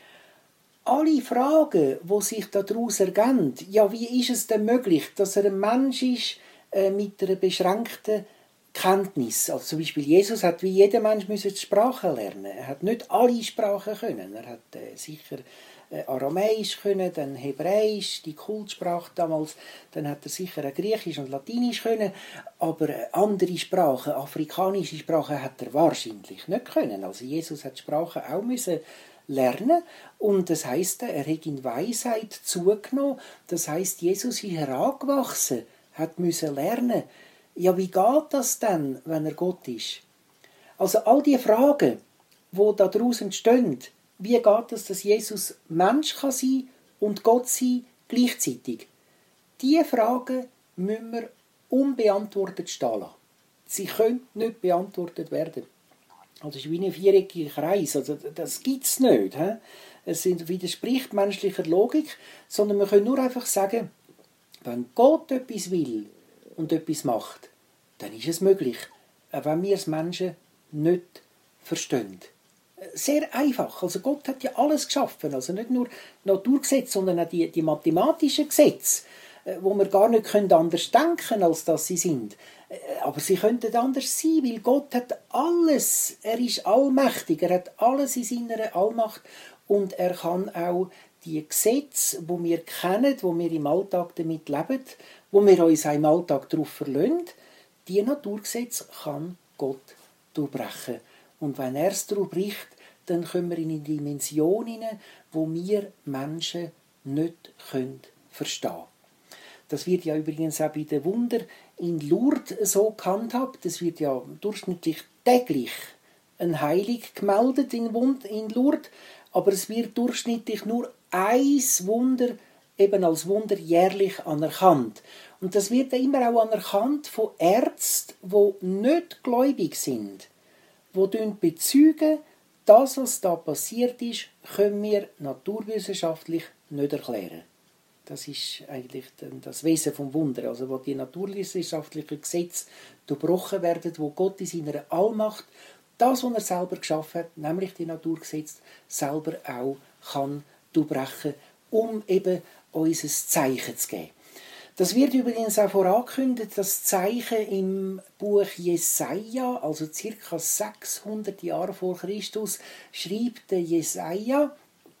Alle Fragen, die sich daraus ergeben, ja, wie ist es denn möglich, dass er ein Mensch ist äh, mit einer beschränkten Kenntnis? Also zum Beispiel Jesus hat wie jeder Mensch müssen die Sprache lernen. Er hat nicht alle Sprachen können. Er hat äh, sicher äh, Aramäisch können, dann Hebräisch, die Kultsprache damals. Dann hat er sicher auch Griechisch und Latinisch können. Aber äh, andere Sprachen, afrikanische Sprachen, hat er wahrscheinlich nicht können. Also Jesus hat Sprachen auch müssen lernen, und das heisst, er hat in Weisheit zugenommen. Das heisst, Jesus ist herangewachsen, hat müssen lernen. Ja, wie geht das denn, wenn er Gott ist? Also all die Fragen, die daraus entstehen, wie geht es, dass Jesus Mensch kann sein und Gott sein gleichzeitig? Diese Fragen müssen wir unbeantwortet stehen lassen. Sie können nicht beantwortet werden. Also es ist wie ein viereckiger Kreis. Also das gibt es nicht. He? Es widerspricht menschlicher Logik, sondern wir können nur einfach sagen, wenn Gott etwas will und etwas macht, dann ist es möglich, auch wenn wir als Menschen nicht verstehen. Sehr einfach. Also Gott hat ja alles geschaffen. Also nicht nur Naturgesetze, sondern auch die, die mathematischen Gesetze, wo wir gar nicht anders denken können, als dass sie sind. Aber sie könnten anders sein, weil Gott hat alles. Er ist allmächtig. Er hat alles in seiner Allmacht. Und er kann auch die Gesetze, die wir kennen, die wir im Alltag damit leben, wo wir uns auch im Alltag darauf verlassen, die Naturgesetze kann Gott durchbrechen. Und wenn er es durchbricht, dann kommen wir in eine Dimension hinein, wo wir Menschen nicht verstehen können. Das wird ja übrigens auch bei den Wundern in Lourdes so gehandhabt. Es wird ja durchschnittlich täglich ein Heilig gemeldet in Lourdes, aber es wird durchschnittlich nur ein Wunder eben als Wunder jährlich anerkannt. Und das wird immer auch anerkannt von Ärzten, die nicht gläubig sind, die bezeugen, das, was da passiert ist, können wir naturwissenschaftlich nicht erklären. Das ist eigentlich das Wesen vom Wunder, also wo die naturwissenschaftlichen Gesetze durchbrochen werden, wo Gott in seiner Allmacht das, was er selber geschaffen hat, nämlich die Naturgesetze, selber auch kann durchbrechen, um eben uns ein Zeichen zu geben. Das wird übrigens auch vorangekündigt, das Zeichen im Buch Jesaja, also ca. sechshundert Jahre vor Christus, schreibt der Jesaja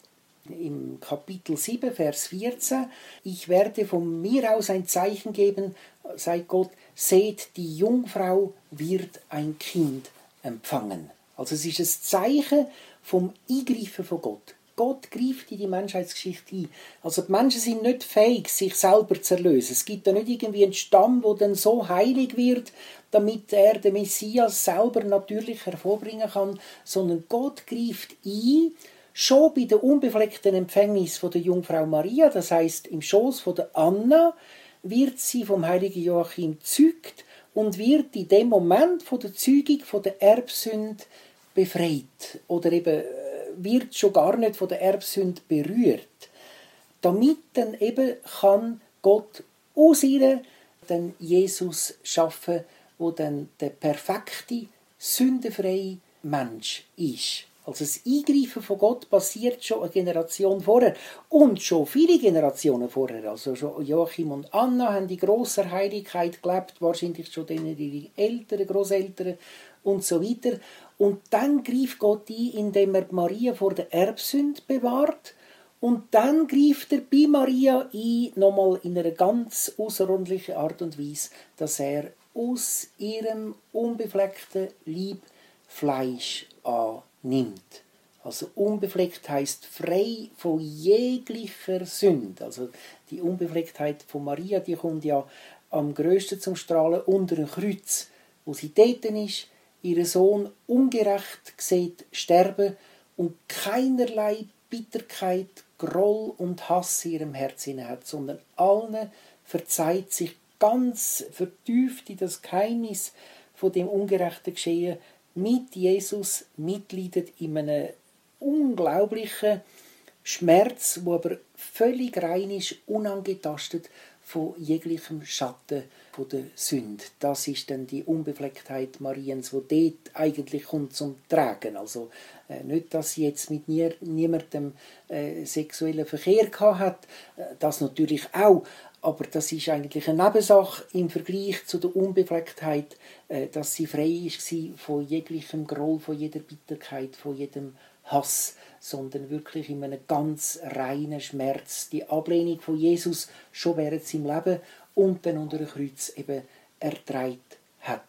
im Kapitel sieben, Vers vierzehn, ich werde von mir aus ein Zeichen geben, sagt Gott, seht, die Jungfrau wird ein Kind empfangen. Also es ist ein Zeichen vom Eingreifen von Gott. Gott greift in die Menschheitsgeschichte ein. Also die Menschen sind nicht fähig, sich selber zu erlösen. Es gibt da nicht irgendwie einen Stamm, der dann so heilig wird, damit er den Messias selber natürlich hervorbringen kann, sondern Gott greift ein, schon bei der unbefleckten Empfängnis von der Jungfrau Maria, das heißt im Schoß von der Anna, wird sie vom heiligen Joachim gezeugt und wird in dem Moment von der Zeugung von der Erbsünde befreit oder eben wird schon gar nicht von der Erbsünde berührt, damit dann eben kann Gott aus ihr dann Jesus schaffen, wo dann der perfekte, sündenfreie Mensch ist. Also das Eingreifen von Gott passiert schon eine Generation vorher und schon viele Generationen vorher. Also schon Joachim und Anna haben in grosser Heiligkeit gelebt, wahrscheinlich schon ihre Eltern, Grosseltern und so weiter. Und dann greift Gott ein, indem er Maria vor der Erbsünde bewahrt. Und dann greift er bei Maria ein, nochmal in einer ganz außerordentlichen Art und Weise, dass er aus ihrem unbefleckten Leib Fleisch annimmt. Also unbefleckt heisst frei von jeglicher Sünde. Also die Unbeflecktheit von Maria, die kommt ja am grössten zum Strahlen unter dem Kreuz, wo sie dort ist, ihren Sohn ungerecht sieht sterben und keinerlei Bitterkeit, Groll und Hass in ihrem Herzen hat, sondern allen verzeiht, sich ganz vertieft in das Geheimnis von dem ungerechten Geschehen mit Jesus mitleidet in einem unglaublichen Schmerz, wo aber völlig rein ist, unangetastet von jeglichem Schatten von der Sünde. Das ist dann die Unbeflecktheit Mariens, wo dort eigentlich kommt zum Tragen. Also äh, nicht, dass sie jetzt mit nie, niemandem äh, sexuellen Verkehr gehabt hat, äh, das natürlich auch, aber das ist eigentlich eine Nebensache im Vergleich zu der Unbeflecktheit, äh, dass sie frei war von jeglichem Groll, von jeder Bitterkeit, von jedem Hass, sondern wirklich in einem ganz reinen Schmerz. Die Ablehnung von Jesus schon während seinem Leben und dann unter dem Kreuz eben ertragen hat.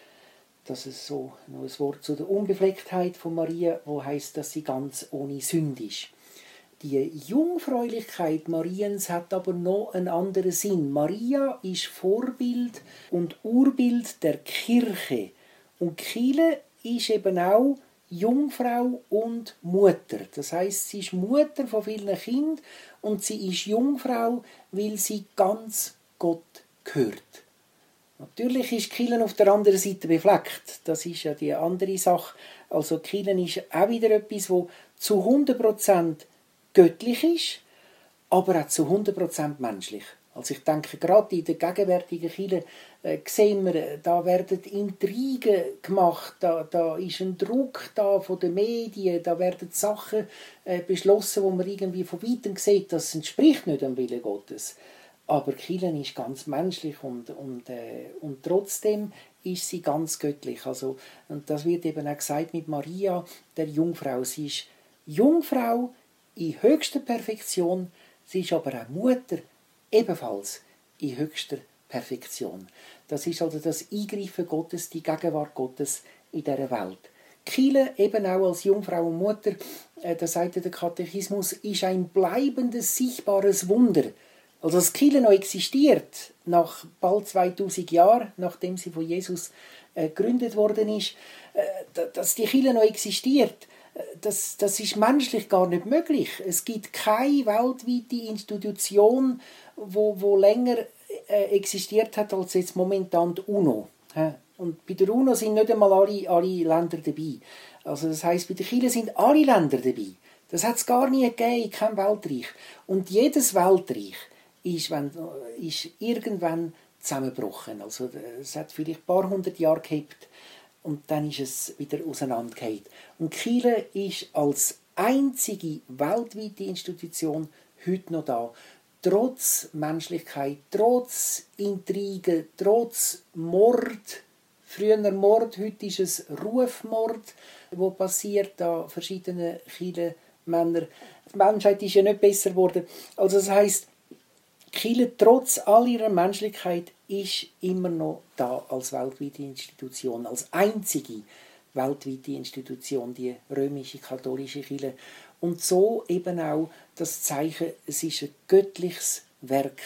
Das ist so noch ein Wort zu der Unbeflecktheit von Maria, wo heißt, dass sie ganz ohne Sünde ist. Die Jungfräulichkeit Mariens hat aber noch einen anderen Sinn. Maria ist Vorbild und Urbild der Kirche. Und die Kirche ist eben auch Jungfrau und Mutter. Das heißt, sie ist Mutter von vielen Kindern und sie ist Jungfrau, weil sie ganz Gott gehört. Natürlich ist die Kirche auf der anderen Seite befleckt. Das ist ja die andere Sache. Also die Kirche ist auch wieder etwas, das zu hundert Prozent göttlich ist, aber auch zu hundert Prozent menschlich. Also ich denke, gerade in der gegenwärtigen Kirche äh, sehen wir, da werden Intrigen gemacht, da, da ist ein Druck da von den Medien, da werden Sachen äh, beschlossen, wo man irgendwie von weitem sieht, das entspricht nicht dem Willen Gottes. Aber die Kirche ist ganz menschlich und, und, äh, und trotzdem ist sie ganz göttlich. Also, und das wird eben auch gesagt mit Maria, der Jungfrau. Sie ist Jungfrau in höchster Perfektion, sie ist aber auch Mutter, ebenfalls in höchster Perfektion. Das ist also das Eingreifen Gottes, die Gegenwart Gottes in dieser Welt. Die Kirche, eben auch als Jungfrau und Mutter, äh, da sagt der Katechismus, ist ein bleibendes, sichtbares Wunder. Also dass die Kirche noch existiert, nach bald zweitausend Jahren, nachdem sie von Jesus äh, gegründet worden ist, äh, dass die Kirche noch existiert, Das, das ist menschlich gar nicht möglich. Es gibt keine weltweite Institution, wo, wo länger äh, existiert hat als jetzt momentan die UNO. Und bei der UNO sind nicht einmal alle, alle Länder dabei. Also das heisst, bei der Kirche sind alle Länder dabei. Das hat es gar nie gegeben in keinem Weltreich. Und jedes Weltreich ist, wenn, ist irgendwann zusammengebrochen. Also es hat vielleicht ein paar hundert Jahre gehabt. Und dann ist es wieder auseinandergefallen. Und die Kirche ist als einzige weltweite Institution heute noch da. Trotz Menschlichkeit, trotz Intrigen, trotz Mord. Früher Mord, heute ist es Rufmord, wo passiert an verschiedenen Kirchenmännern. Die Menschheit ist ja nicht besser geworden. Also das heisst, die Kirche, trotz all ihrer Menschlichkeit, ist immer noch da als weltweite Institution, als einzige weltweite Institution, die römische katholische Kirche. Und so eben auch das Zeichen, es ist ein göttliches Werk,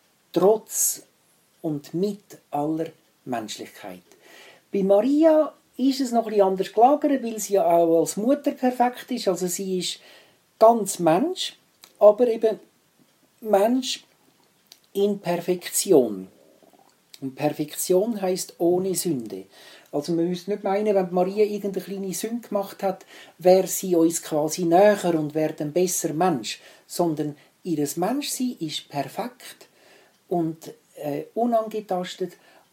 trotz und mit aller Menschlichkeit. Bei Maria ist es noch etwas anders gelagert, weil sie ja auch als Mutter perfekt ist. Also sie ist ganz Mensch, aber eben Mensch in Perfektion. Und Perfektion heisst ohne Sünde. Also man müsste nicht meinen, wenn Maria irgendeine kleine Sünde gemacht hat, wäre sie uns quasi näher und wäre ein besser Mensch. Sondern ihr Menschsein ist perfekt und äh, unangetastet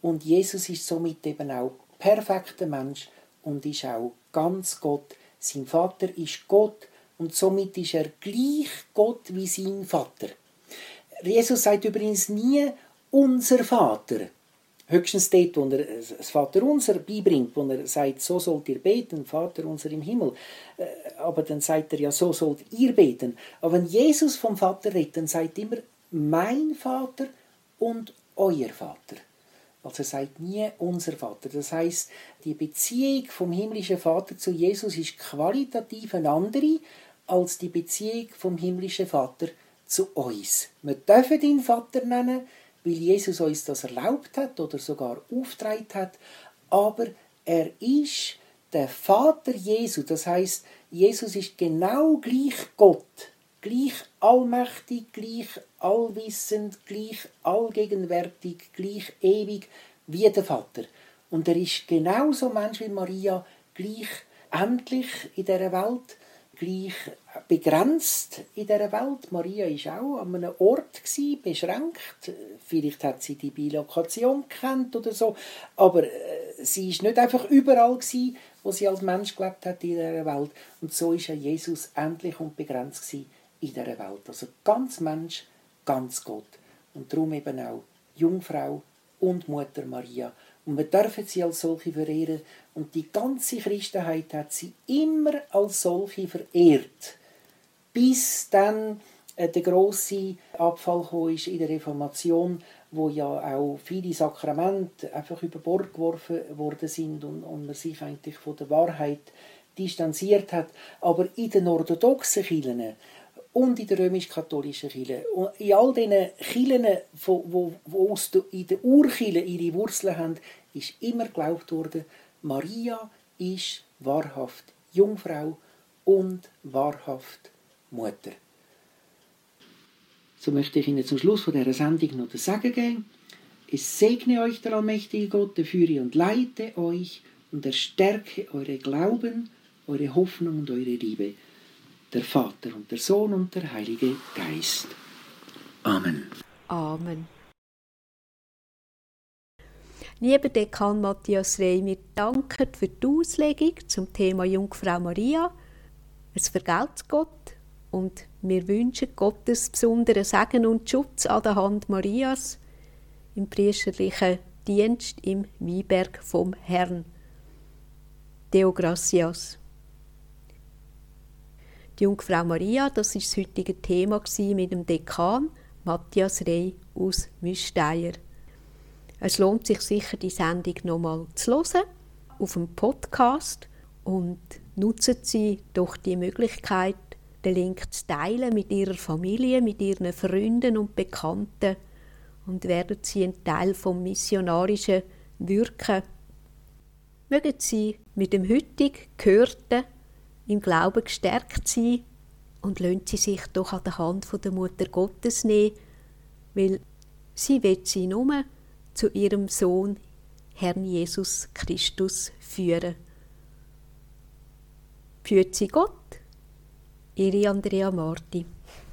Und Jesus ist somit eben auch perfekter Mensch und ist auch ganz Gott. Sein Vater ist Gott und somit ist er gleich Gott wie sein Vater. Jesus sagt übrigens nie «unser Vater». Höchstens dort, wo er das Vaterunser beibringt, wo er sagt, so sollt ihr beten, Vater unser im Himmel. Aber dann sagt er ja, so sollt ihr beten. Aber wenn Jesus vom Vater redet, dann sagt er immer, mein Vater und euer Vater. Also er sagt nie unser Vater. Das heißt, die Beziehung vom himmlischen Vater zu Jesus ist qualitativ eine andere als die Beziehung vom himmlischen Vater zu uns. Wir dürfen ihn Vater nennen, weil Jesus uns das erlaubt hat oder sogar aufgetragen hat, aber er ist der Vater Jesu, das heißt, Jesus ist genau gleich Gott, gleich allmächtig, gleich allwissend, gleich allgegenwärtig, gleich ewig wie der Vater. Und er ist genauso Mensch wie Maria, gleich endlich in dieser Welt, gleich begrenzt in dieser Welt. Maria war auch an einem Ort, beschränkt. Vielleicht hat sie die Bilokation gekannt oder so. Aber sie war nicht einfach überall, wo sie als Mensch gelebt hat in dieser Welt. Und so war Jesus endlich und begrenzt in dieser Welt. Also ganz Mensch, ganz Gott. Und darum eben auch Jungfrau und Mutter Maria. Und wir dürfen sie als solche verehren. Und die ganze Christenheit hat sie immer als solche verehrt. Bis dann äh, der grosse Abfall kam in der Reformation, wo ja auch viele Sakramente einfach über Bord geworfen worden sind und, und man sich eigentlich von der Wahrheit distanziert hat. Aber in den orthodoxen Kirchen und in der römisch-katholischen Kirche und in all diesen Kirchen, die in der Urkirche ihre Wurzeln haben, ist immer geglaubt worden, Maria ist wahrhaft Jungfrau und wahrhaft Mutter. So möchte ich Ihnen zum Schluss von dieser Sendung noch das Sagen geben. Es segne euch der allmächtige Gott, der führe und leite euch und er stärke eure Glauben, eure Hoffnung und eure Liebe. Der Vater und der Sohn und der Heilige Geist. Amen. Amen. Lieber Dekan Matthias Rey, wir danken für die Auslegung zum Thema Jungfrau Maria. Es vergelt's Gott und wir wünschen Gottes besonderen Segen und Schutz an der Hand Marias im priesterlichen Dienst im Weinberg vom Herrn. Deo gratias. Die Jungfrau Maria, das war das heutige Thema mit dem Dekan Matthias Rey aus Müsteier. Es lohnt sich sicher, die Sendung nochmal zu hören auf dem Podcast und nutzen Sie doch die Möglichkeit, den Link zu teilen mit Ihrer Familie, mit Ihren Freunden und Bekannten und werden Sie ein Teil vom missionarischen Wirken. Mögen Sie mit dem heutig Gehörten im Glauben gestärkt sein und lassen Sie sich doch an der Hand der Mutter Gottes nehmen, weil sie will Sie nur zu ihrem Sohn, Herrn Jesus Christus, führen. Führt Sie Gott, Ihre Andrea Marti.